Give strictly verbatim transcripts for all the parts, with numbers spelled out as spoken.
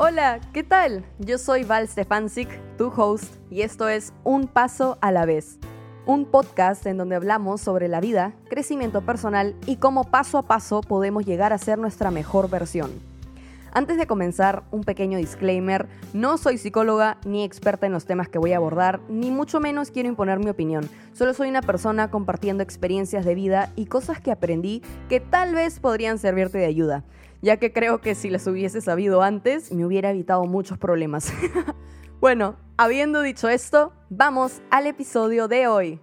Hola, ¿qué tal? Yo soy Val Stefancic, tu host, y esto es Un Paso a la Vez, un podcast en donde hablamos sobre la vida, crecimiento personal y cómo paso a paso podemos llegar a ser nuestra mejor versión. Antes de comenzar, un pequeño disclaimer: no soy psicóloga ni experta en los temas que voy a abordar, ni mucho menos quiero imponer mi opinión. Solo soy una persona compartiendo experiencias de vida y cosas que aprendí que tal vez podrían servirte de ayuda, ya que creo que si las hubiese sabido antes, me hubiera evitado muchos problemas. Bueno, habiendo dicho esto, vamos al episodio de hoy.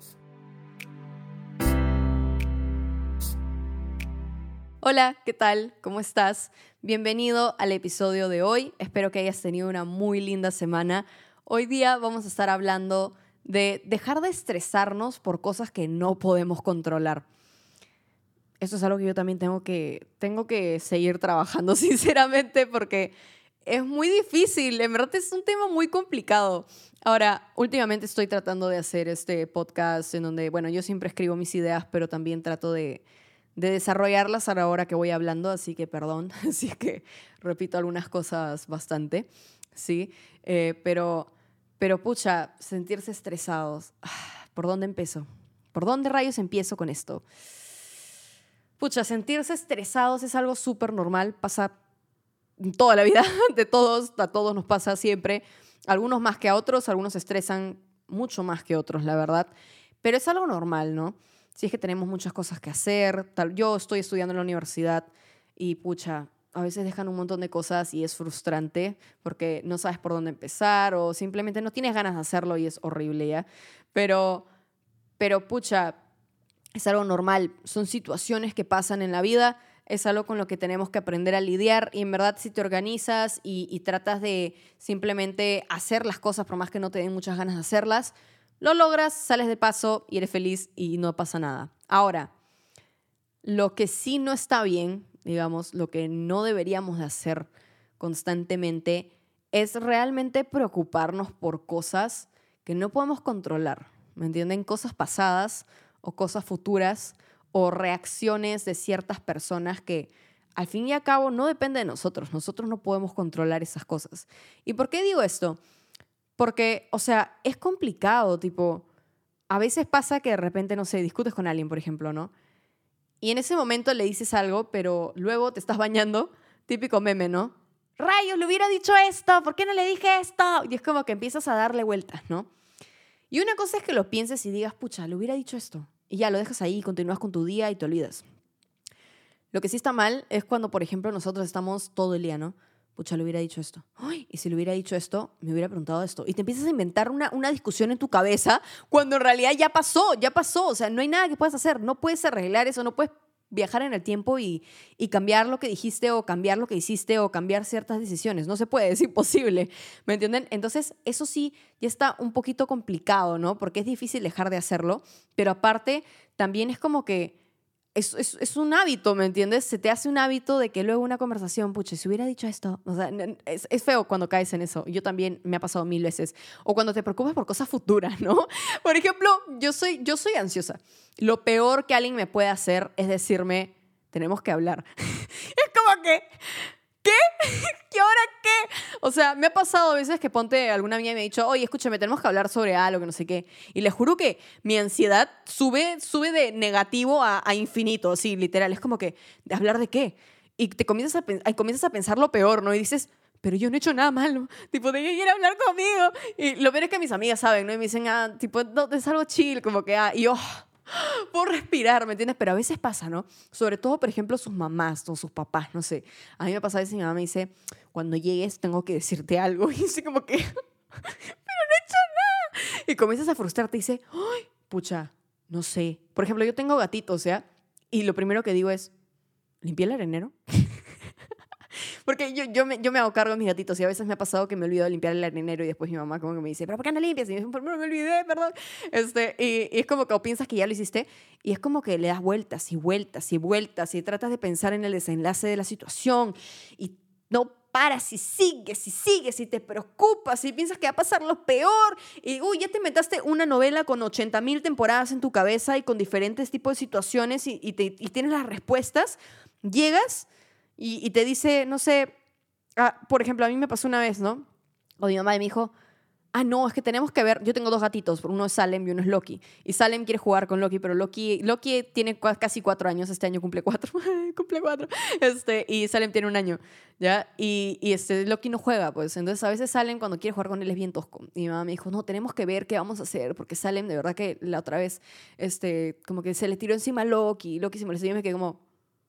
Hola, ¿qué tal? ¿Cómo estás? Bienvenido al episodio de hoy. Espero que hayas tenido una muy linda semana. Hoy día vamos a estar hablando de dejar de estresarnos por cosas que no podemos controlar. Esto es algo que yo también tengo que, tengo que seguir trabajando, sinceramente, porque es muy difícil. En verdad es un tema muy complicado. Ahora, últimamente estoy tratando de hacer este podcast en donde, bueno, yo siempre escribo mis ideas, pero también trato de, de desarrollarlas a la hora que voy hablando, así que perdón, así que repito algunas cosas bastante, ¿sí? Eh, pero, pero, pucha, sentirse estresados. ¿Por dónde empiezo? ¿Por dónde rayos empiezo con esto? Pucha, sentirse estresados es algo súper normal, pasa toda la vida de todos, a todos nos pasa siempre, algunos más que a otros, algunos se estresan mucho más que otros, la verdad, pero es algo normal, ¿no? Si es que tenemos muchas cosas que hacer, tal, yo estoy estudiando en la universidad y pucha, a veces dejan un montón de cosas y es frustrante porque no sabes por dónde empezar o simplemente no tienes ganas de hacerlo y es horrible, ¿ya? Pero, pero pucha, es algo normal, son situaciones que pasan en la vida, es algo con lo que tenemos que aprender a lidiar y en verdad si te organizas y, y tratas de simplemente hacer las cosas por más que no te den muchas ganas de hacerlas, lo logras, sales de paso y eres feliz y no pasa nada. Ahora, lo que sí no está bien, digamos, lo que no deberíamos de hacer constantemente es realmente preocuparnos por cosas que no podemos controlar, ¿me entienden? Cosas pasadas o cosas futuras o reacciones de ciertas personas que al fin y al cabo no depende de nosotros. Nosotros no podemos controlar esas cosas. ¿Y por qué digo esto? Porque, o sea, es complicado, tipo, a veces pasa que de repente, no sé, discutes con alguien, por ejemplo, ¿no? Y en ese momento le dices algo, pero luego te estás bañando, típico meme, ¿no? Rayos, le hubiera dicho esto, ¿por qué no le dije esto? Y es como que empiezas a darle vueltas, ¿no? Y una cosa es que lo pienses y digas, pucha, le hubiera dicho esto. Y ya lo dejas ahí, continúas con tu día y te olvidas. Lo que sí está mal es cuando, por ejemplo, nosotros estamos todo el día, ¿no? Pucha, le hubiera dicho esto. Ay, y si le hubiera dicho esto, me hubiera preguntado esto. Y te empiezas a inventar una, una discusión en tu cabeza cuando en realidad ya pasó, ya pasó. O sea, no hay nada que puedas hacer. No puedes arreglar eso, no puedes viajar en el tiempo y, y cambiar lo que dijiste o cambiar lo que hiciste o cambiar ciertas decisiones. No se puede, es imposible, ¿me entienden? Entonces, eso sí ya está un poquito complicado, ¿no? Porque es difícil dejar de hacerlo, pero aparte también es como que es, es, es un hábito, ¿me entiendes? Se te hace un hábito de que luego una conversación, pucha, si hubiera dicho esto, o sea, es, es feo cuando caes en eso. Yo también me ha pasado mil veces. O cuando te preocupas por cosas futuras, ¿no? Por ejemplo, yo soy, yo soy ansiosa. Lo peor que alguien me puede hacer es decirme, tenemos que hablar. Es como que, ¿qué? ¿Y ahora qué? O sea, me ha pasado a veces que ponte, alguna amiga me ha dicho, oye, escúchame, tenemos que hablar sobre algo, que no sé qué. Y les juro que mi ansiedad sube, sube de negativo a, a infinito, sí, literal. Es como que, ¿de hablar de qué? Y te comienzas a, pen- y comienzas a pensar lo peor, ¿no? Y dices, pero yo no he hecho nada malo. Tipo, de que quiere hablar conmigo. Y lo peor es que mis amigas saben, ¿no? Y me dicen, ah, tipo, no, es algo chill, como que, ah, y yo... Puedo respirar, ¿me entiendes? Pero a veces pasa, ¿no? Sobre todo, por ejemplo, sus mamás o sus papás, no sé. A mí me pasa a veces, mi mamá me dice, cuando llegues tengo que decirte algo. Y así como que, pero no he hecho nada. Y comienzas a frustrarte y dice, ay, pucha, no sé. Por ejemplo, yo tengo gatitos, ¿ya? Y lo primero que digo es, ¿limpié el arenero? Porque yo, yo, me, yo me hago cargo de mis gatitos y a veces me ha pasado que me olvido de limpiar el arenero y después mi mamá como que me dice, ¿pero por qué no limpias? Y me dice, no me olvidé, perdón. Este, y, y es como que piensas que ya lo hiciste y es como que le das vueltas y vueltas y vueltas y tratas de pensar en el desenlace de la situación y no paras y sigues y sigues y te preocupas y piensas que va a pasar lo peor y uy, ya te inventaste una novela con ochenta mil temporadas en tu cabeza y con diferentes tipos de situaciones y, y, te, y tienes las respuestas, llegas y, y te dice, no sé, ah, por ejemplo, a mí me pasó una vez, ¿no? O mi mamá me dijo, ah, no, es que tenemos que ver, yo tengo dos gatitos, uno es Salem y uno es Loki. Y Salem quiere jugar con Loki, pero Loki, Loki tiene casi cuatro años, este año cumple cuatro, cumple cuatro, este, y Salem tiene un año, ¿ya? Y, y este, Loki no juega, pues. Entonces a veces Salem cuando quiere jugar con él es bien tosco. Y mi mamá me dijo, no, tenemos que ver qué vamos a hacer, porque Salem de verdad que la otra vez, este, como que se le tiró encima a Loki, Loki se molestó y yo me quedé como,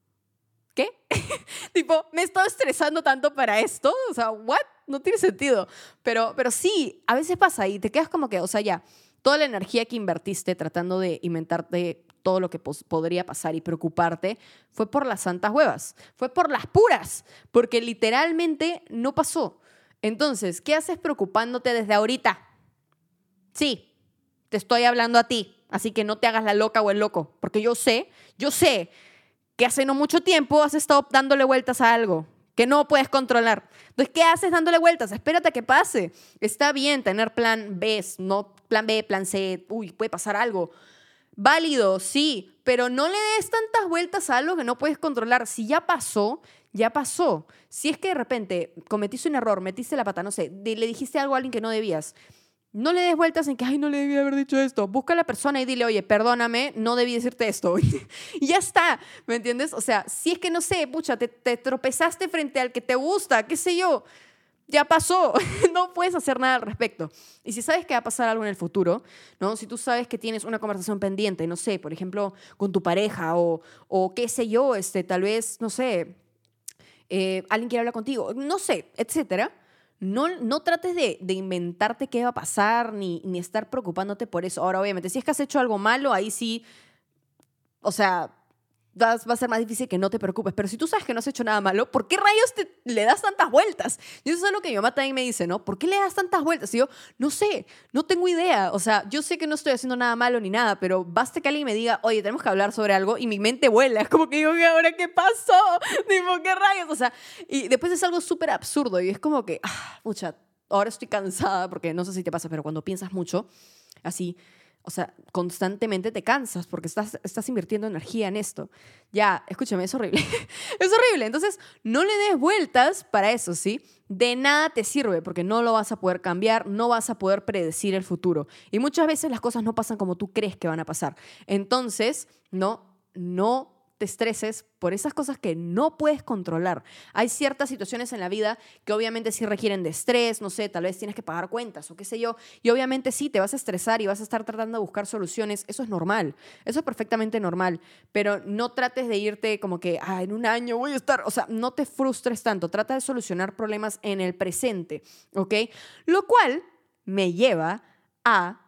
¿qué? Tipo, me he estado estresando tanto para esto, o sea, ¿what? No tiene sentido. Pero, pero sí, a veces pasa y te quedas como que, o sea, ya, toda la energía que invertiste tratando de inventarte todo lo que pos- podría pasar y preocuparte fue por las santas huevas, fue por las puras, porque literalmente no pasó. Entonces, ¿qué haces preocupándote desde ahorita? Sí, te estoy hablando a ti, así que no te hagas la loca o el loco, porque yo sé, yo sé que hace no mucho tiempo has estado dándole vueltas a algo que no puedes controlar. Entonces, ¿qué haces dándole vueltas? Espérate a que pase. Está bien tener plan B, no plan B, plan C, uy, puede pasar algo. Válido, sí, pero no le des tantas vueltas a algo que no puedes controlar. Si ya pasó, ya pasó. Si es que de repente cometiste un error, metiste la pata, no sé, le dijiste algo a alguien que no debías, no le des vueltas en que, ay, no le debí haber dicho esto. Busca a la persona y dile, oye, perdóname, no debí decirte esto. Y ya está, ¿me entiendes? O sea, si es que, no sé, pucha, te, te tropezaste frente al que te gusta, qué sé yo, ya pasó. No puedes hacer nada al respecto. Y si sabes que va a pasar algo en el futuro, ¿no? Si tú sabes que tienes una conversación pendiente, no sé, por ejemplo, con tu pareja o, o qué sé yo, este, tal vez, no sé, eh, alguien quiere hablar contigo, no sé, etcétera. No, no trates de, de inventarte qué va a pasar ni, ni estar preocupándote por eso. Ahora, obviamente, si es que has hecho algo malo, ahí sí, o sea, vas- va a ser más difícil que no te preocupes. Pero si tú sabes que no has hecho nada malo, ¿por qué rayos te, le das tantas vueltas? Y eso es lo que mi mamá también me dice, ¿no? ¿Por qué le das tantas vueltas? Y yo, no sé, no tengo idea. O sea, yo sé que no estoy haciendo nada malo ni nada, pero basta que alguien me diga, oye, tenemos que hablar sobre algo, y mi mente vuela. Es como que digo, ¿y ahora qué pasó? Tipo, ¿qué rayos? O sea, y después es algo súper absurdo y es como que, ah, pucha, ahora estoy cansada porque no sé si te pasa, pero cuando piensas mucho, así, o sea, constantemente te cansas porque estás, estás invirtiendo energía en esto. Ya, escúchame, es horrible. Es horrible. Entonces, no le des vueltas para eso, ¿sí? De nada te sirve porque no lo vas a poder cambiar, no vas a poder predecir el futuro. Y muchas veces las cosas no pasan como tú crees que van a pasar. Entonces, no, no te estreses por esas cosas que no puedes controlar. Hay ciertas situaciones en la vida que obviamente sí requieren de estrés, no sé, tal vez tienes que pagar cuentas o qué sé yo, y obviamente sí, te vas a estresar y vas a estar tratando de buscar soluciones, eso es normal, eso es perfectamente normal, pero no trates de irte como que, ah, en un año voy a estar, o sea, no te frustres tanto, trata de solucionar problemas en el presente, ¿ok? Lo cual me lleva a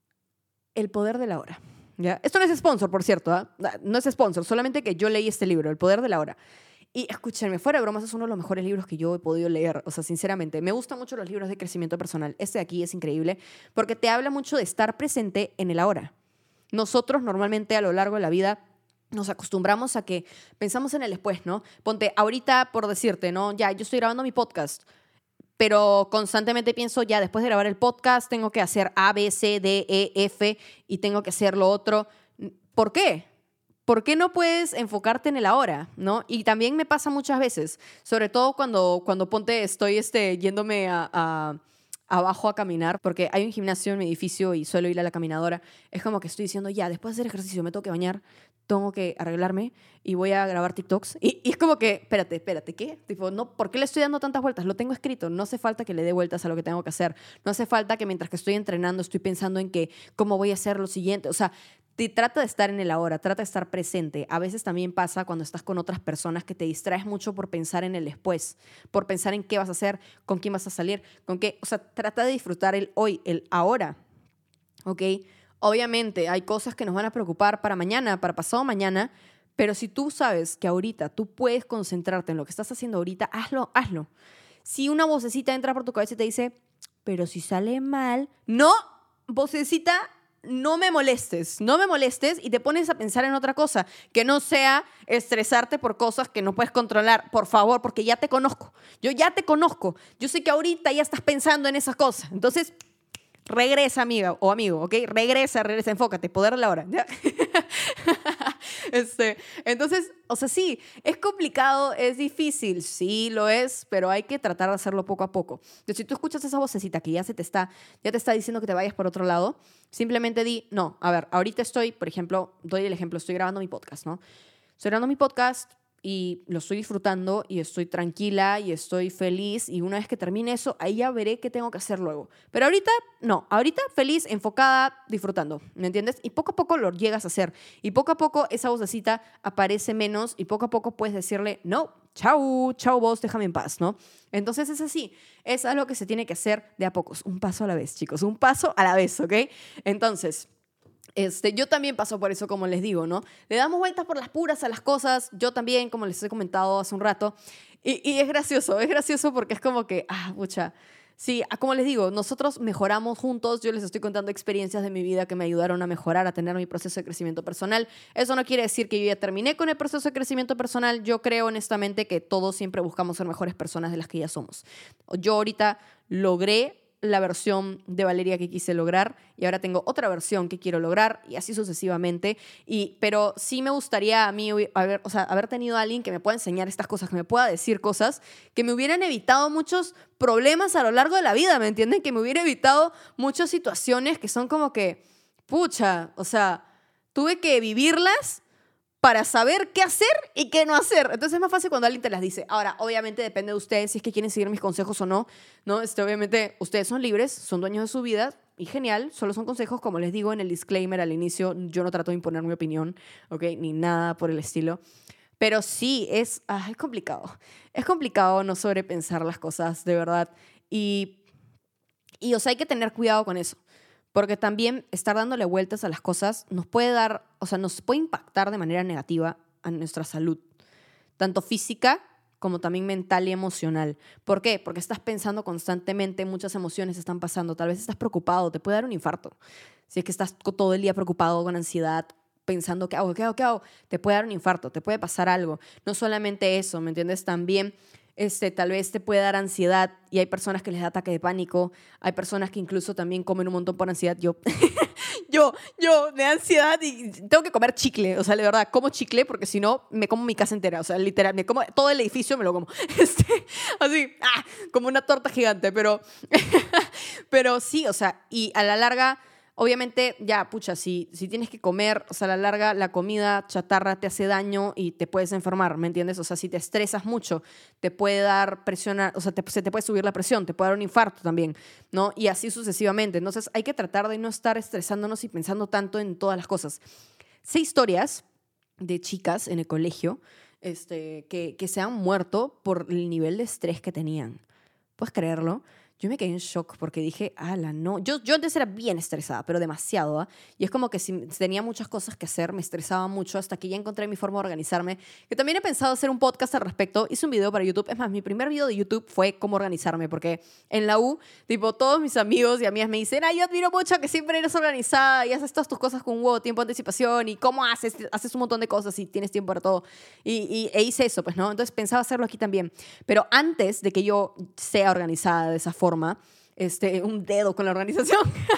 el poder de la hora. ¿Ya? Esto no es sponsor, por cierto, ¿eh? No es sponsor, solamente que yo leí este libro, El poder de la hora. Y escúchenme, fuera de bromas, es uno de los mejores libros que yo he podido leer. O sea, sinceramente, me gustan mucho los libros de crecimiento personal. Este de aquí es increíble porque te habla mucho de estar presente en el ahora. Nosotros normalmente a lo largo de la vida nos acostumbramos a que pensamos en el después, ¿no? Ponte, ahorita por decirte, ¿no? Ya, yo estoy grabando mi podcast, pero constantemente pienso, ya, después de grabar el podcast tengo que hacer A, B, C, D, E, F y tengo que hacer lo otro. ¿Por qué? ¿Por qué no puedes enfocarte en el ahora, no? Y también me pasa muchas veces, sobre todo cuando, cuando ponte, estoy este, yéndome a, a- abajo a caminar, porque hay un gimnasio en mi edificio y suelo ir a la caminadora. Es como que estoy diciendo, ya, después de hacer ejercicio me tengo que bañar, tengo que arreglarme y voy a grabar TikToks. Y, y es como que, espérate, espérate, ¿qué? Tipo, no, ¿por qué le estoy dando tantas vueltas? Lo tengo escrito, no hace falta que le dé vueltas a lo que tengo que hacer. No hace falta que mientras que estoy entrenando estoy pensando en que, cómo voy a hacer lo siguiente. O sea, te trata de estar en el ahora, trata de estar presente. A veces también pasa cuando estás con otras personas que te distraes mucho por pensar en el después, por pensar en qué vas a hacer, con quién vas a salir, con qué, o sea, trata de disfrutar el hoy, el ahora, ¿ok? Obviamente hay cosas que nos van a preocupar para mañana, para pasado mañana, pero si tú sabes que ahorita tú puedes concentrarte en lo que estás haciendo ahorita, hazlo, hazlo. Si una vocecita entra por tu cabeza y te dice, pero si sale mal, no, vocecita, no me molestes, no me molestes y te pones a pensar en otra cosa, que no sea estresarte por cosas que no puedes controlar, por favor, porque ya te conozco, yo ya te conozco, yo sé que ahorita ya estás pensando en esas cosas, entonces regresa, amiga o amigo, ¿ok? Regresa, regresa, enfócate, poder de la hora, ¿ya? Este, entonces, o sea, sí, es complicado, es difícil, sí lo es, pero hay que tratar de hacerlo poco a poco. Entonces, si tú escuchas esa vocecita que ya se te está, ya te está diciendo que te vayas por otro lado, simplemente di, no, a ver, ahorita estoy, por ejemplo, doy el ejemplo, estoy grabando mi podcast, ¿no? Estoy grabando mi podcast y lo estoy disfrutando y estoy tranquila y estoy feliz y una vez que termine eso, ahí ya veré qué tengo que hacer luego. Pero ahorita, no, ahorita feliz, enfocada, disfrutando, ¿me entiendes? Y poco a poco lo llegas a hacer y poco a poco esa vocecita aparece menos y poco a poco puedes decirle, no, chau, chau vos, déjame en paz, ¿no? Entonces es así, es algo que se tiene que hacer de a pocos, un paso a la vez, chicos, un paso a la vez, ¿ok? Entonces... Este, yo también paso por eso, como les digo, ¿no? Le damos vueltas por las puras a las cosas, yo también, como les he comentado hace un rato, y, y es gracioso, es gracioso porque es como que, ah, pucha, sí, como les digo, nosotros mejoramos juntos, yo les estoy contando experiencias de mi vida que me ayudaron a mejorar, a tener mi proceso de crecimiento personal. Eso no quiere decir que yo ya terminé con el proceso de crecimiento personal, yo creo honestamente que todos siempre buscamos ser mejores personas de las que ya somos. Yo ahorita logré la versión de Valeria que quise lograr y ahora tengo otra versión que quiero lograr y así sucesivamente. Y, pero sí me gustaría a mí haber, o sea, haber tenido a alguien que me pueda enseñar estas cosas, que me pueda decir cosas que me hubieran evitado muchos problemas a lo largo de la vida, ¿me entienden? Que me hubiera evitado muchas situaciones que son como que, pucha, o sea, tuve que vivirlas para saber qué hacer y qué no hacer. Entonces es más fácil cuando alguien te las dice. Ahora, obviamente depende de ustedes si es que quieren seguir mis consejos o no. ¿no? Este, obviamente ustedes son libres, son dueños de su vida y genial, solo son consejos, como les digo en el disclaimer al inicio, yo no trato de imponer mi opinión, ¿ok? Ni nada por el estilo. Pero sí, es, ah, es complicado. Es complicado no sobrepensar las cosas, de verdad. Y, y o sea, hay que tener cuidado con eso. Porque también estar dándole vueltas a las cosas nos puede dar, o sea, nos puede impactar de manera negativa a nuestra salud, tanto física como también mental y emocional. ¿Por qué? Porque estás pensando constantemente, muchas emociones están pasando, tal vez estás preocupado, te puede dar un infarto. Si es que estás todo el día preocupado, con ansiedad, pensando, ¿qué hago? ¿Qué hago? ¿Qué hago? Te puede dar un infarto, te puede pasar algo. No solamente eso, ¿me entiendes? También... Este, tal vez te puede dar ansiedad y hay personas que les da ataque de pánico, hay personas que incluso también comen un montón por ansiedad. Yo, yo, yo me da ansiedad y tengo que comer chicle, o sea, de verdad, como chicle porque si no me como mi casa entera, o sea, literal, me como todo el edificio, me lo como, este, así, ah, como una torta gigante, pero, pero sí, o sea, y a la larga... Obviamente, ya, pucha, si, si tienes que comer, o sea, a la larga la comida chatarra te hace daño y te puedes enfermar, ¿me entiendes? O sea, si te estresas mucho, te puede dar presión, o sea, te, se te puede subir la presión, te puede dar un infarto también, ¿no? Y así sucesivamente. Entonces, hay que tratar de no estar estresándonos y pensando tanto en todas las cosas. Sé historias de chicas en el colegio este, que, que se han muerto por el nivel de estrés que tenían. ¿Puedes creerlo? Yo me quedé en shock porque dije, ala, no. Yo, yo antes era bien estresada, pero demasiado. ¿eh? Y es como que si tenía muchas cosas que hacer, me estresaba mucho hasta que ya encontré mi forma de organizarme. Que también he pensado hacer un podcast al respecto. Hice un video para YouTube. Es más, mi primer video de YouTube fue cómo organizarme. Porque en la U, tipo, todos mis amigos y amigas me dicen, ay, yo admiro mucho que siempre eres organizada y haces todas tus cosas con un huevo tiempo de anticipación. Y cómo haces, haces un montón de cosas y tienes tiempo para todo. Y, y e hice eso, pues, ¿no? Entonces pensaba hacerlo aquí también. Pero antes de que yo sea organizada de esa forma, forma, este, un dedo con la organización,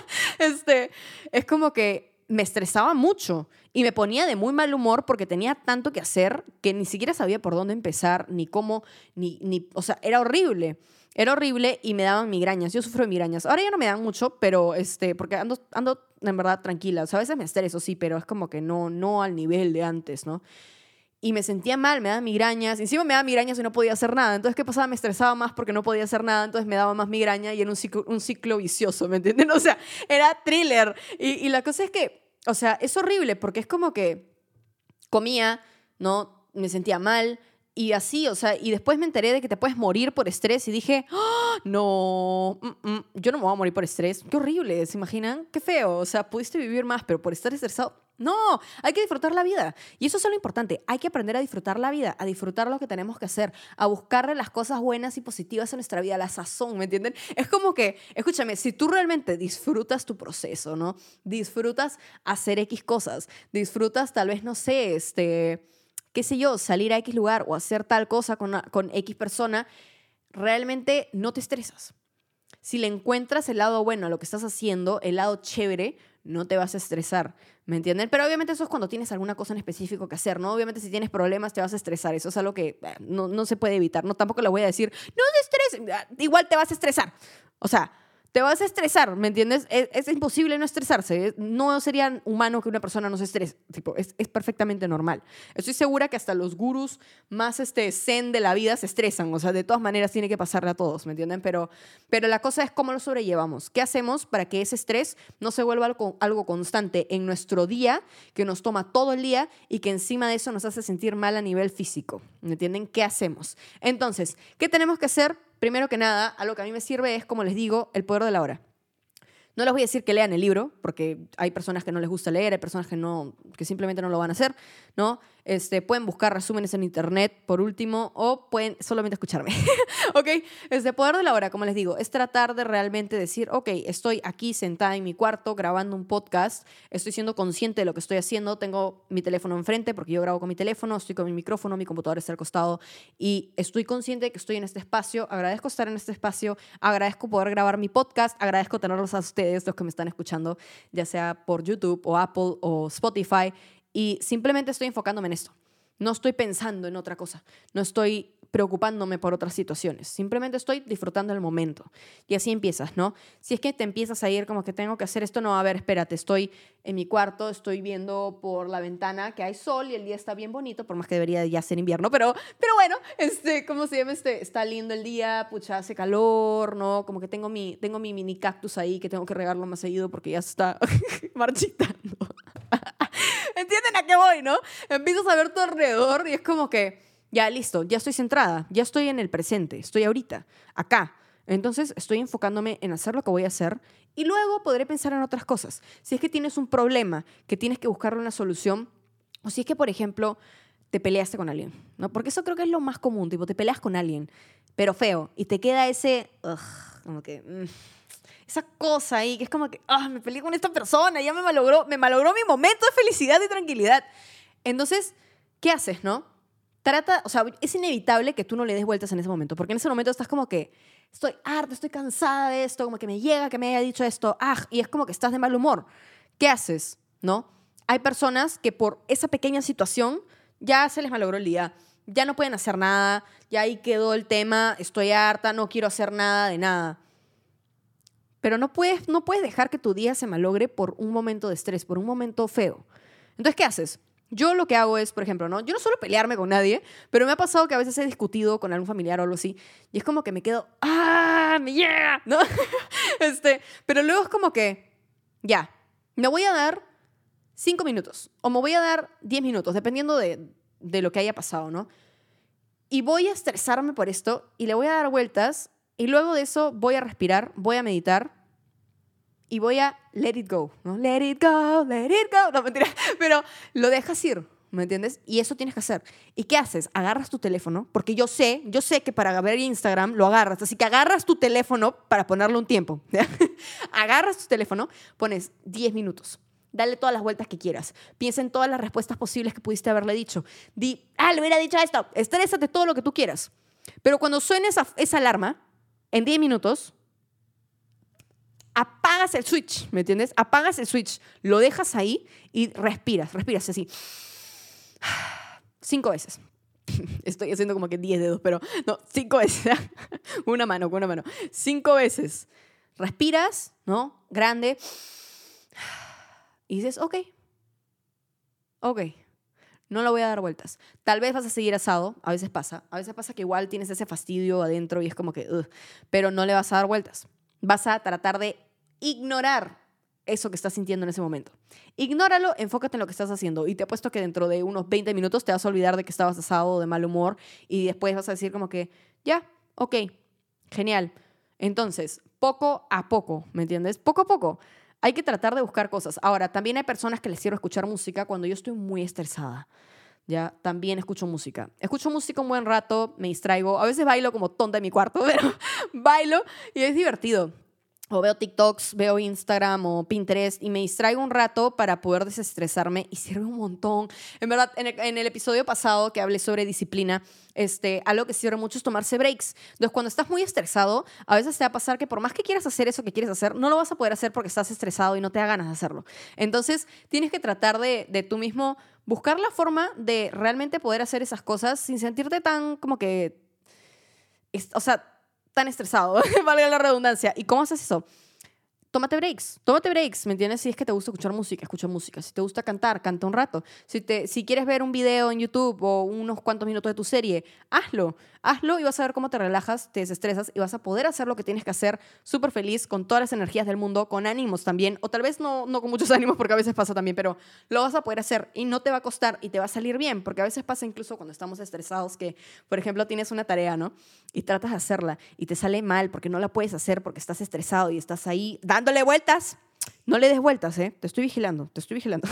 este, es como que me estresaba mucho y me ponía de muy mal humor porque tenía tanto que hacer que ni siquiera sabía por dónde empezar, ni cómo, ni, ni, o sea, era horrible. Era horrible y me daban migrañas. Yo sufro de migrañas. Ahora ya no me dan mucho, pero este, porque ando, ando en verdad tranquila. O sea, a veces me estreso, sí, pero es como que no, no al nivel de antes, ¿no? Y me sentía mal, me daban migrañas. Encima me daban migrañas y no podía hacer nada. Entonces, ¿qué pasaba? Me estresaba más porque no podía hacer nada. Entonces me daba más migraña y era un ciclo, un ciclo vicioso, ¿me entienden? O sea, era thriller. Y, y la cosa es que, o sea, es horrible porque es como que comía, ¿no? Me sentía mal y así, o sea, y después me enteré de que te puedes morir por estrés y dije, ¡oh, no, mm, mm, yo no me voy a morir por estrés. Qué horrible, ¿se imaginan? Qué feo, o sea, pudiste vivir más, pero por estar estresado... No, hay que disfrutar la vida. Y eso es lo importante. Hay que aprender a disfrutar la vida, a disfrutar lo que tenemos que hacer, a buscarle las cosas buenas y positivas en nuestra vida, la sazón, ¿me entienden? Es como que, escúchame, si tú realmente disfrutas tu proceso, ¿no? Disfrutas hacer X cosas, disfrutas tal vez, no sé, este, qué sé yo, salir a X lugar o hacer tal cosa con, con X persona, realmente no te estresas. Si le encuentras el lado bueno a lo que estás haciendo, el lado chévere, no te vas a estresar, ¿Me entienden? Pero obviamente eso es cuando tienes alguna cosa en específico que hacer, ¿no? Obviamente si tienes problemas te vas a estresar. Eso es algo que eh, no, no se puede evitar. No, tampoco le voy a decir, no se estresen. Igual te vas a estresar. O sea, te vas a estresar, ¿me entiendes? Es, es imposible no estresarse. No sería humano que una persona no se estrese. Tipo, es, es perfectamente normal. Estoy segura que hasta los gurús más este, zen de la vida se estresan. O sea, de todas maneras tiene que pasarle a todos, ¿me entienden? Pero, pero la cosa es cómo lo sobrellevamos. ¿Qué hacemos para que ese estrés no se vuelva algo, algo constante en nuestro día, que nos toma todo el día y que encima de eso nos hace sentir mal a nivel físico? ¿Me entienden? ¿Qué hacemos? Entonces, ¿qué tenemos que hacer? Primero que nada, algo que a mí me sirve es, como les digo, el poder de la hora. No les voy a decir que lean el libro, porque hay personas que no les gusta leer, hay personas que, no, que simplemente no lo van a hacer, ¿no? Este, pueden buscar resúmenes en internet, por último, o pueden solamente escucharme, ¿ok? Este poder de la hora, como les digo, es tratar de realmente decir, ok, estoy aquí sentada en mi cuarto grabando un podcast, estoy siendo consciente de lo que estoy haciendo, tengo mi teléfono enfrente, porque yo grabo con mi teléfono, estoy con mi micrófono, mi computadora está al costado, y estoy consciente de que estoy en este espacio, agradezco estar en este espacio, agradezco poder grabar mi podcast, agradezco tenerlos a ustedes, los que me están escuchando, ya sea por YouTube o Apple o Spotify, y simplemente estoy enfocándome en esto. No estoy pensando en otra cosa, no estoy preocupándome por otras situaciones, simplemente estoy disfrutando el momento. Y así empiezas, ¿no? Si es que te empiezas a ir como que tengo que hacer esto, no, a ver, espérate, estoy en mi cuarto, estoy viendo por la ventana que hay sol y el día está bien bonito, por más que debería ya ser invierno, pero, pero bueno, este, ¿cómo se llama? Este, está lindo el día, pucha, hace calor, ¿no? Como que tengo mi, tengo mi mini cactus ahí que tengo que regarlo más seguido porque ya se está marchitando. ¿Entienden a qué voy, no? Empiezas a ver tu alrededor y es como que, ya, listo, ya estoy centrada, ya estoy en el presente, estoy ahorita, acá. Entonces estoy enfocándome en hacer lo que voy a hacer y luego podré pensar en otras cosas. Si es que tienes un problema que tienes que buscarle una solución, o si es que, por ejemplo, te peleaste con alguien, ¿no? Porque eso creo que es lo más común, tipo, te peleas con alguien, pero feo, y te queda ese, ugh, como que... Mm, esa cosa ahí, que es como que, ah, me peleé con esta persona, ya me malogró, me malogró mi momento de felicidad y tranquilidad. Entonces, ¿qué haces, no? Trata, o sea, es inevitable que tú no le des vueltas en ese momento, porque en ese momento estás como que, estoy harta, estoy cansada de esto, como que me llega que me haya dicho esto, ah, y es como que estás de mal humor. ¿Qué haces, no? Hay personas que por esa pequeña situación ya se les malogró el día, ya no pueden hacer nada, ya ahí quedó el tema, estoy harta, no quiero hacer nada de nada. Pero no puedes, no puedes dejar que tu día se malogre por un momento de estrés, por un momento feo. Entonces, ¿qué haces? Yo lo que hago es, por ejemplo, ¿no? Yo no suelo pelearme con nadie, pero me ha pasado que a veces he discutido con algún familiar o algo así, y es como que me quedo, ¡ah, me llega! ¿No? este, pero luego es como que, ya, me voy a dar cinco minutos, o me voy a dar diez minutos, dependiendo de, de lo que haya pasado, ¿no? Y voy a estresarme por esto, y le voy a dar vueltas, y luego de eso voy a respirar, voy a meditar, y voy a let it go, ¿no? Let it go, let it go. No, mentira. Pero lo dejas ir, ¿me entiendes? Y eso tienes que hacer. ¿Y qué haces? Agarras tu teléfono, porque yo sé, yo sé que para ver Instagram lo agarras. Así que agarras tu teléfono para ponerle un tiempo. Agarras tu teléfono, pones diez minutos. Dale todas las vueltas que quieras. Piensa en todas las respuestas posibles que pudiste haberle dicho. Di, ah, le hubiera dicho esto. Estrésate todo lo que tú quieras. Pero cuando suene esa, esa alarma, en diez minutos... apagas el switch, ¿me entiendes? Apagas el switch, lo dejas ahí y respiras, respiras así. Cinco veces. Estoy haciendo como que diez dedos, pero no, cinco veces. Una mano, con una mano. Cinco veces. Respiras, ¿no? Grande. Y dices, ok. Ok. No lo voy a dar vueltas. Tal vez vas a seguir asado, a veces pasa. A veces pasa que igual tienes ese fastidio adentro y es como que, ugh, pero no le vas a dar vueltas. Vas a tratar de ignorar eso que estás sintiendo en ese momento. Ignóralo, enfócate en lo que estás haciendo y te apuesto que dentro de unos veinte minutos te vas a olvidar de que estabas asado o de mal humor y después vas a decir como que, ya, ok, genial. Entonces, poco a poco, ¿me entiendes? Poco a poco. Hay que tratar de buscar cosas. Ahora, también hay personas que les sirve escuchar música cuando yo estoy muy estresada. Ya, también escucho música. Escucho música un buen rato, me distraigo. A veces bailo como tonta en mi cuarto, pero bailo y es divertido. o veo TikToks, veo Instagram o Pinterest y me distraigo un rato para poder desestresarme y sirve un montón. En verdad, en el, en el episodio pasado que hablé sobre disciplina, este, algo que sirve mucho es tomarse breaks. Entonces, cuando estás muy estresado, a veces te va a pasar que por más que quieras hacer eso que quieres hacer, no lo vas a poder hacer porque estás estresado y no te da ganas de hacerlo. Entonces, tienes que tratar de, de tú mismo buscar la forma de realmente poder hacer esas cosas sin sentirte tan como que, o sea, tan estresado, valga la redundancia. ¿Y cómo haces eso? Tómate breaks, tómate breaks, ¿me entiendes? Si es que te gusta escuchar música, escucha música. Si te gusta cantar, canta un rato. Si, te, si quieres ver un video en YouTube o unos cuantos minutos de tu serie, hazlo. Hazlo y vas a ver cómo te relajas, te desestresas y vas a poder hacer lo que tienes que hacer súper feliz, con todas las energías del mundo, con ánimos también. O tal vez no, no con muchos ánimos, porque a veces pasa también, pero lo vas a poder hacer y no te va a costar y te va a salir bien. Porque a veces pasa incluso cuando estamos estresados que, por ejemplo, tienes una tarea, ¿no? Y tratas de hacerla y te sale mal porque no la puedes hacer porque estás estresado y estás ahí dándole vueltas. No le des vueltas, ¿eh? Te estoy vigilando, te estoy vigilando.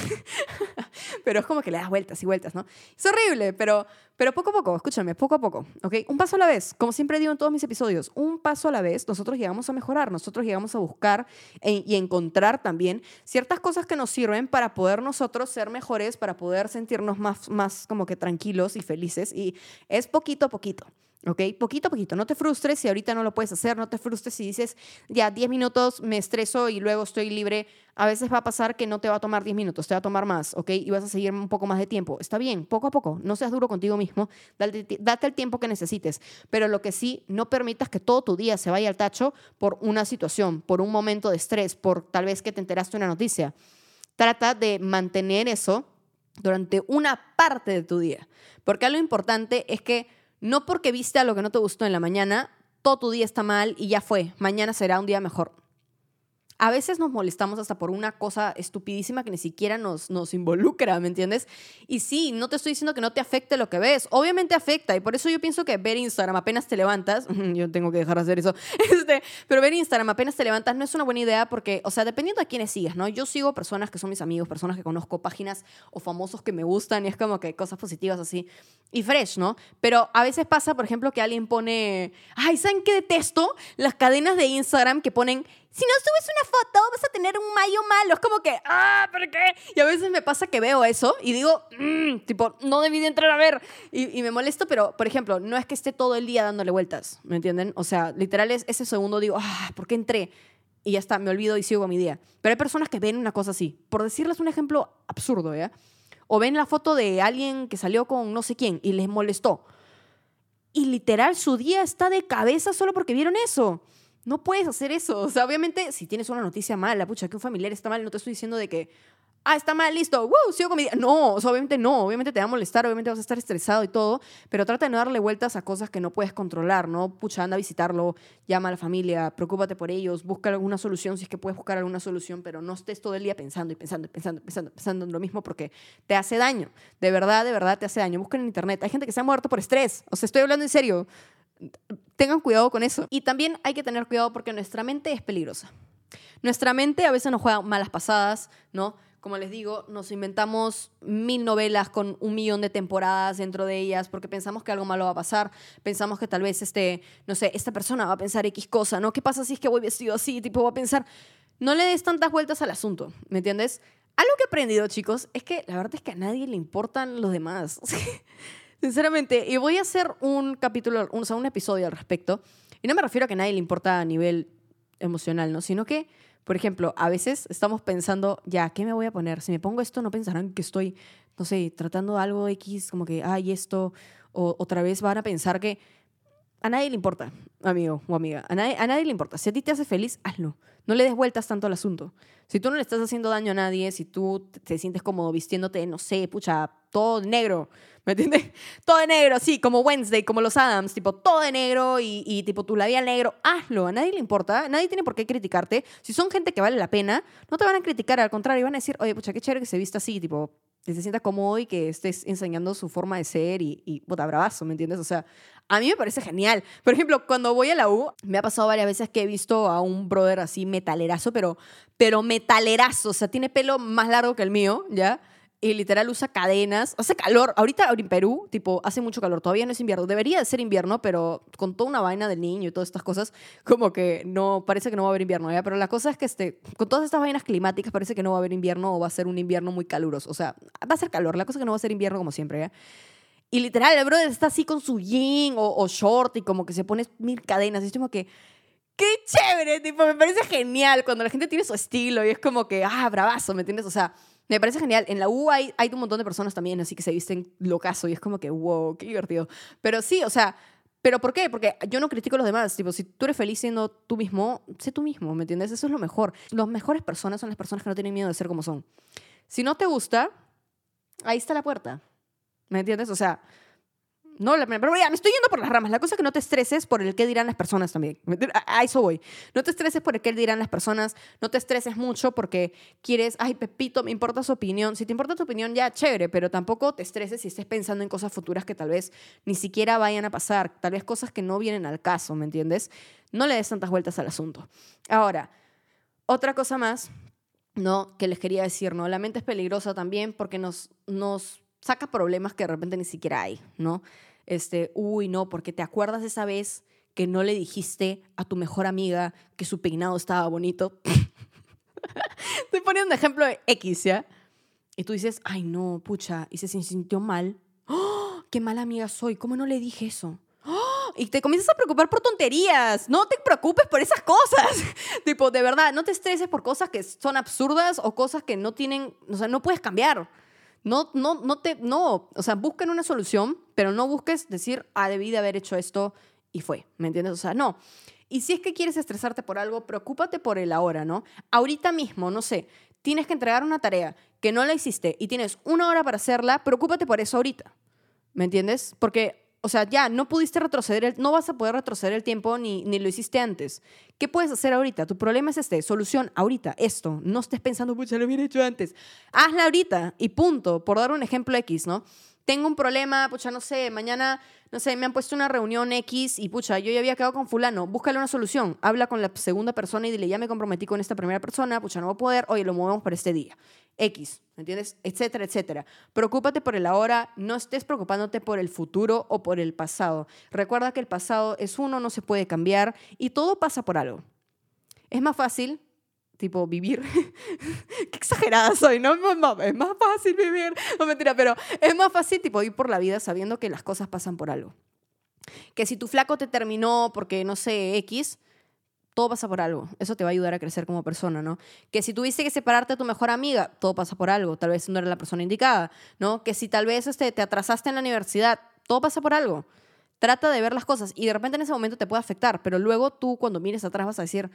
Pero es como que le das vueltas y vueltas, ¿no? Es horrible, pero, pero poco a poco, escúchame, poco a poco, ¿ok? Un paso a la vez. Como siempre digo en todos mis episodios, un paso a la vez, nosotros llegamos a mejorar, nosotros llegamos a buscar e, y encontrar también ciertas cosas que nos sirven para poder nosotros ser mejores, para poder sentirnos más, más como que tranquilos y felices. Y es poquito a poquito. ¿Ok? Poquito a poquito. No te frustres si ahorita no lo puedes hacer. No te frustres si dices, ya, diez minutos me estreso y luego estoy libre. A veces va a pasar que no te va a tomar diez minutos, te va a tomar más, ¿ok? Y vas a seguir un poco más de tiempo. Está bien, poco a poco. No seas duro contigo mismo. Date, date el tiempo que necesites. Pero lo que sí, no permitas que todo tu día se vaya al tacho por una situación, por un momento de estrés, por tal vez que te enteraste de una noticia. Trata de mantener eso durante una parte de tu día. Porque algo importante es que no porque viste algo que no te gustó en la mañana, todo tu día está mal y ya fue. Mañana será un día mejor. A veces nos molestamos hasta por una cosa estupidísima que ni siquiera nos, nos involucra, ¿me entiendes? Y sí, no te estoy diciendo que no te afecte lo que ves. Obviamente afecta y por eso yo pienso que ver Instagram apenas te levantas, yo tengo que dejar de hacer eso, este, pero ver Instagram apenas te levantas no es una buena idea porque, o sea, dependiendo de quiénes sigas, ¿no? Yo sigo personas que son mis amigos, personas que conozco, páginas o famosos que me gustan y es como que cosas positivas así y fresh, ¿no? Pero a veces pasa, por ejemplo, que alguien pone, ay, ¿saben qué detesto? Las cadenas de Instagram que ponen, si no subes una foto, vas a tener un mayo malo. Es como que, ah, ¿por qué? Y a veces me pasa que veo eso y digo, mmm, tipo, no debí de entrar a ver. Y, y me molesto, pero, por ejemplo, no es que esté todo el día dándole vueltas, ¿me entienden? O sea, literal es ese segundo digo, ah, ¿por qué entré? Y ya está, me olvido y sigo con mi día. Pero hay personas que ven una cosa así. Por decirles un ejemplo absurdo, ¿ya? O ven la foto de alguien que salió con no sé quién y les molestó. Y literal, su día está de cabeza solo porque vieron eso. No puedes hacer eso. O sea, obviamente, si tienes una noticia mala, pucha, que un familiar está mal, no te estoy diciendo de que, ah, está mal, listo, ¡woo! Sigo con mi día. No, o sea, obviamente no. Obviamente te va a molestar, obviamente vas a estar estresado y todo, pero trata de no darle vueltas a cosas que no puedes controlar, ¿no? Pucha, anda a visitarlo, llama a la familia, preocúpate por ellos, busca alguna solución si es que puedes buscar alguna solución, pero no estés todo el día pensando y pensando y pensando, pensando, pensando en lo mismo porque te hace daño. De verdad, de verdad te hace daño. Busca en internet. Hay gente que se ha muerto por estrés. O sea, estoy hablando en serio. Tengan cuidado con eso. Y también hay que tener cuidado porque nuestra mente es peligrosa. Nuestra mente a veces nos juega malas pasadas, ¿no? Como les digo, nos inventamos mil novelas con un millón de temporadas dentro de ellas porque pensamos que algo malo va a pasar. Pensamos que tal vez, este, no sé, esta persona va a pensar X cosa, ¿no? ¿Qué pasa si es que voy vestido así? Tipo, va a pensar... No le des tantas vueltas al asunto, ¿me entiendes? Algo que he aprendido, chicos, es que la verdad es que a nadie le importan los demás. Sinceramente, y voy a hacer un capítulo, un, o sea, un episodio al respecto. Y no me refiero a que a nadie le importa a nivel emocional, ¿no? Sino que, por ejemplo, a veces estamos pensando, ya, ¿qué me voy a poner? Si me pongo esto, no pensarán que estoy, no sé, tratando algo X, como que, ay, esto. O otra vez van a pensar que a nadie le importa, amigo o amiga. A nadie, a nadie le importa. Si a ti te hace feliz, hazlo. No le des vueltas tanto al asunto. Si tú no le estás haciendo daño a nadie, si tú te sientes cómodo vistiéndote, no sé, pucha, todo de negro, ¿me entiendes? Todo de negro, sí, como Wednesday, como los Addams, tipo, todo de negro y, y tipo tu labial negro, hazlo. A nadie le importa, nadie tiene por qué criticarte. Si son gente que vale la pena, no te van a criticar, al contrario, van a decir, oye, pucha, qué chévere que se vista así, tipo, que se sienta cómodo y que estés enseñando su forma de ser y, y puta, bravazo, ¿me entiendes? O sea, a mí me parece genial. Por ejemplo, cuando voy a la U, me ha pasado varias veces que he visto a un brother así metalerazo, pero, pero metalerazo, o sea, tiene pelo más largo que el mío, ¿ya? y literal usa cadenas. Hace calor. Ahorita en Perú, tipo, hace mucho calor. Todavía no es invierno. Debería de ser invierno, pero con toda una vaina del niño y todas estas cosas, como que no, parece que no va a haber invierno, ¿ya? Pero la cosa es que este, con todas estas vainas climáticas parece que no va a haber invierno o va a ser un invierno muy caluroso. O sea, va a ser calor. La cosa es que no va a ser invierno como siempre, ¿ya? Y literal, el brother está así con su jean o, o short y como que se pone mil cadenas. Y es como que, ¡qué chévere! Tipo, me parece genial cuando la gente tiene su estilo y es como que, ah, bravazo, ¿me entiendes? O sea, me parece genial. En la U hay, hay un montón de personas también así que se visten locazo y es como que, wow, qué divertido. Pero sí, o sea, ¿pero por qué? Porque yo no critico a los demás. Tipo, si tú eres feliz siendo tú mismo, sé tú mismo, ¿me entiendes? Eso es lo mejor. Las mejores personas son las personas que no tienen miedo de ser como son. Si no te gusta, ahí está la puerta. ¿Me entiendes? O sea, no, la, pero ya, me estoy yendo por las ramas. La cosa es que no te estreses por el qué dirán las personas también. A, a eso voy. No te estreses por el qué dirán las personas. No te estreses mucho porque quieres, ay, Pepito, me importa su opinión. Si te importa tu opinión, ya, chévere, pero tampoco te estreses si estés pensando en cosas futuras que tal vez ni siquiera vayan a pasar. Tal vez cosas que no vienen al caso, ¿me entiendes? No le des tantas vueltas al asunto. Ahora, otra cosa más, ¿no? Que les quería decir, ¿no? La mente es peligrosa también porque nos... nos saca problemas que de repente ni siquiera hay, ¿no? Este, uy, no, porque te acuerdas de esa vez que no le dijiste a tu mejor amiga que su peinado estaba bonito. Estoy poniendo un ejemplo de X, ¿ya? Y tú dices, ay, no, pucha, y se sintió mal. ¡Oh, qué mala amiga soy! ¿Cómo no le dije eso? ¡Oh! Y te comienzas a preocupar por tonterías. No te preocupes por esas cosas. Tipo, de verdad, no te estreses por cosas que son absurdas o cosas que no tienen, o sea, no puedes cambiar. No, no, no te, no, o sea, busquen una solución, pero no busques decir, ah, debí de haber hecho esto y fue, ¿me entiendes? O sea, no. Y si es que quieres estresarte por algo, preocúpate por el ahora, ¿no? Ahorita mismo, no sé, tienes que entregar una tarea que no la hiciste y tienes una hora para hacerla, preocúpate por eso ahorita, ¿me entiendes? Porque, o sea, ya no pudiste retroceder, el, no vas a poder retroceder el tiempo ni, ni lo hiciste antes. ¿Qué puedes hacer ahorita? Tu problema es este, solución ahorita, esto. No estés pensando, pucha, lo hubiera hecho antes. Hazla ahorita y punto. Por dar un ejemplo X, ¿no? Tengo un problema, pucha, no sé, mañana, no sé, me han puesto una reunión X y pucha, yo ya había quedado con fulano. Búscale una solución. Habla con la segunda persona y dile, ya me comprometí con esta primera persona, pucha, no voy a poder, oye, lo movemos para este día. X, ¿me entiendes? Etcétera, etcétera. Preocúpate por el ahora, no estés preocupándote por el futuro o por el pasado. Recuerda que el pasado es uno, no se puede cambiar y todo pasa por algo. Es más fácil, tipo, vivir. Qué exagerada soy, ¿no? Es más fácil vivir. No, mentira, pero es más fácil, tipo, ir por la vida sabiendo que las cosas pasan por algo. Que si tu flaco te terminó porque, no sé, X, todo pasa por algo. Eso te va a ayudar a crecer como persona, ¿no? Que si tuviste que separarte de tu mejor amiga, todo pasa por algo. Tal vez no era la persona indicada, ¿no? Que si tal vez este, te atrasaste en la universidad, todo pasa por algo. Trata de ver las cosas y de repente en ese momento te puede afectar, pero luego tú cuando mires atrás vas a decir,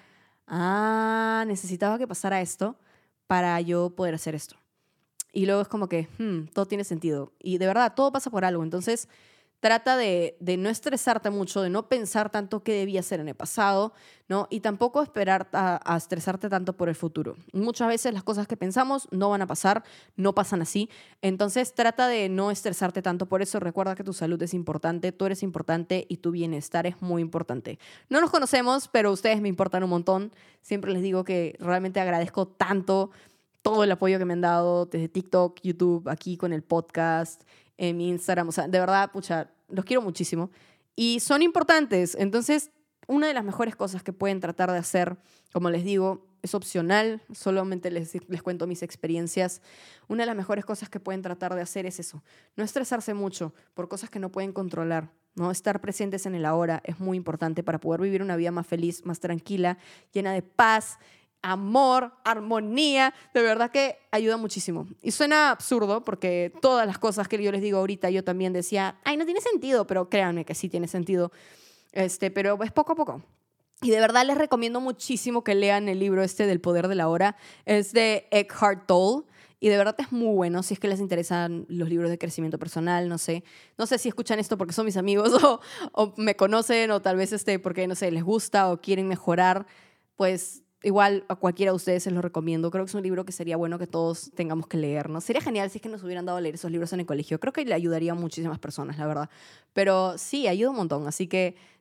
ah, necesitaba que pasara esto para yo poder hacer esto. Y luego es como que, hmm, todo tiene sentido. Y de verdad, todo pasa por algo. Entonces, trata de, de no estresarte mucho, de no pensar tanto qué debía hacer en el pasado, ¿no? Y tampoco esperar a, a estresarte tanto por el futuro. Muchas veces las cosas que pensamos no van a pasar, no pasan así. Entonces, trata de no estresarte tanto por eso. Recuerda que tu salud es importante, tú eres importante y tu bienestar es muy importante. No nos conocemos, pero ustedes me importan un montón. Siempre les digo que realmente agradezco tanto todo el apoyo que me han dado desde TikTok, YouTube, aquí con el podcast, en mi Instagram. O sea, de verdad, pucha, los quiero muchísimo. Y son importantes. Entonces, una de las mejores cosas que pueden tratar de hacer, como les digo, es opcional. Solamente les, les cuento mis experiencias. Una de las mejores cosas que pueden tratar de hacer es eso. No estresarse mucho por cosas que no pueden controlar, ¿no? Estar presentes en el ahora es muy importante para poder vivir una vida más feliz, más tranquila, llena de paz, amor, armonía, de verdad que ayuda muchísimo. Y suena absurdo porque todas las cosas que yo les digo ahorita yo también decía, ay, no tiene sentido, pero créanme que sí tiene sentido. Este, pero es poco a poco. Y de verdad les recomiendo muchísimo que lean el libro este del poder de la hora. Es de Eckhart Tolle. Y de verdad es muy bueno si es que les interesan los libros de crecimiento personal, no sé. No sé si escuchan esto porque son mis amigos o, o me conocen o tal vez este porque, no sé, les gusta o quieren mejorar, pues igual a cualquiera de ustedes se los recomiendo. Creo que es un libro que sería bueno que todos tengamos que leer, ¿no? Sería genial si es que nos hubieran dado a leer esos libros en el colegio. Creo que le ayudaría a muchísimas personas, la verdad. Pero sí, ayuda un montón. Así que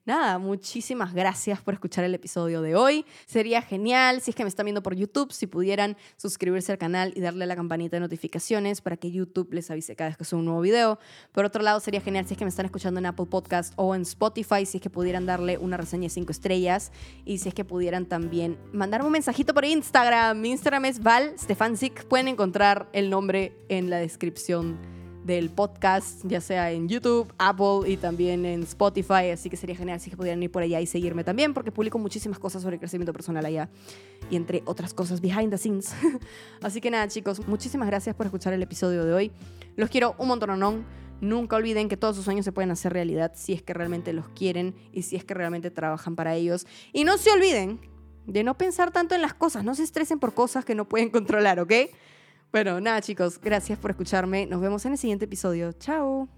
nada, muchísimas gracias por escuchar el episodio de hoy. Sería genial si es que me están viendo por YouTube, si pudieran suscribirse al canal y darle a la campanita de notificaciones para que YouTube les avise cada vez que subo un nuevo video. Por otro lado, sería genial si es que me están escuchando en Apple Podcast o en Spotify, si es que pudieran darle una reseña de cinco estrellas y si es que pudieran también mandarme un mensajito por Instagram. Mi Instagram es Val Stefanczyk. Pueden encontrar el nombre en la descripción del podcast, ya sea en YouTube, Apple y también en Spotify, así que sería genial si que pudieran ir por allá y seguirme también, porque publico muchísimas cosas sobre crecimiento personal allá y entre otras cosas behind the scenes. Así que nada, chicos, muchísimas gracias por escuchar el episodio de hoy. Los quiero un montón. Nunca olviden que todos sus sueños se pueden hacer realidad si es que realmente los quieren y si es que realmente trabajan para ellos. Y no se olviden de no pensar tanto en las cosas, no se estresen por cosas que no pueden controlar, ¿ok? Bueno, nada, chicos, gracias por escucharme. Nos vemos en el siguiente episodio. Chao.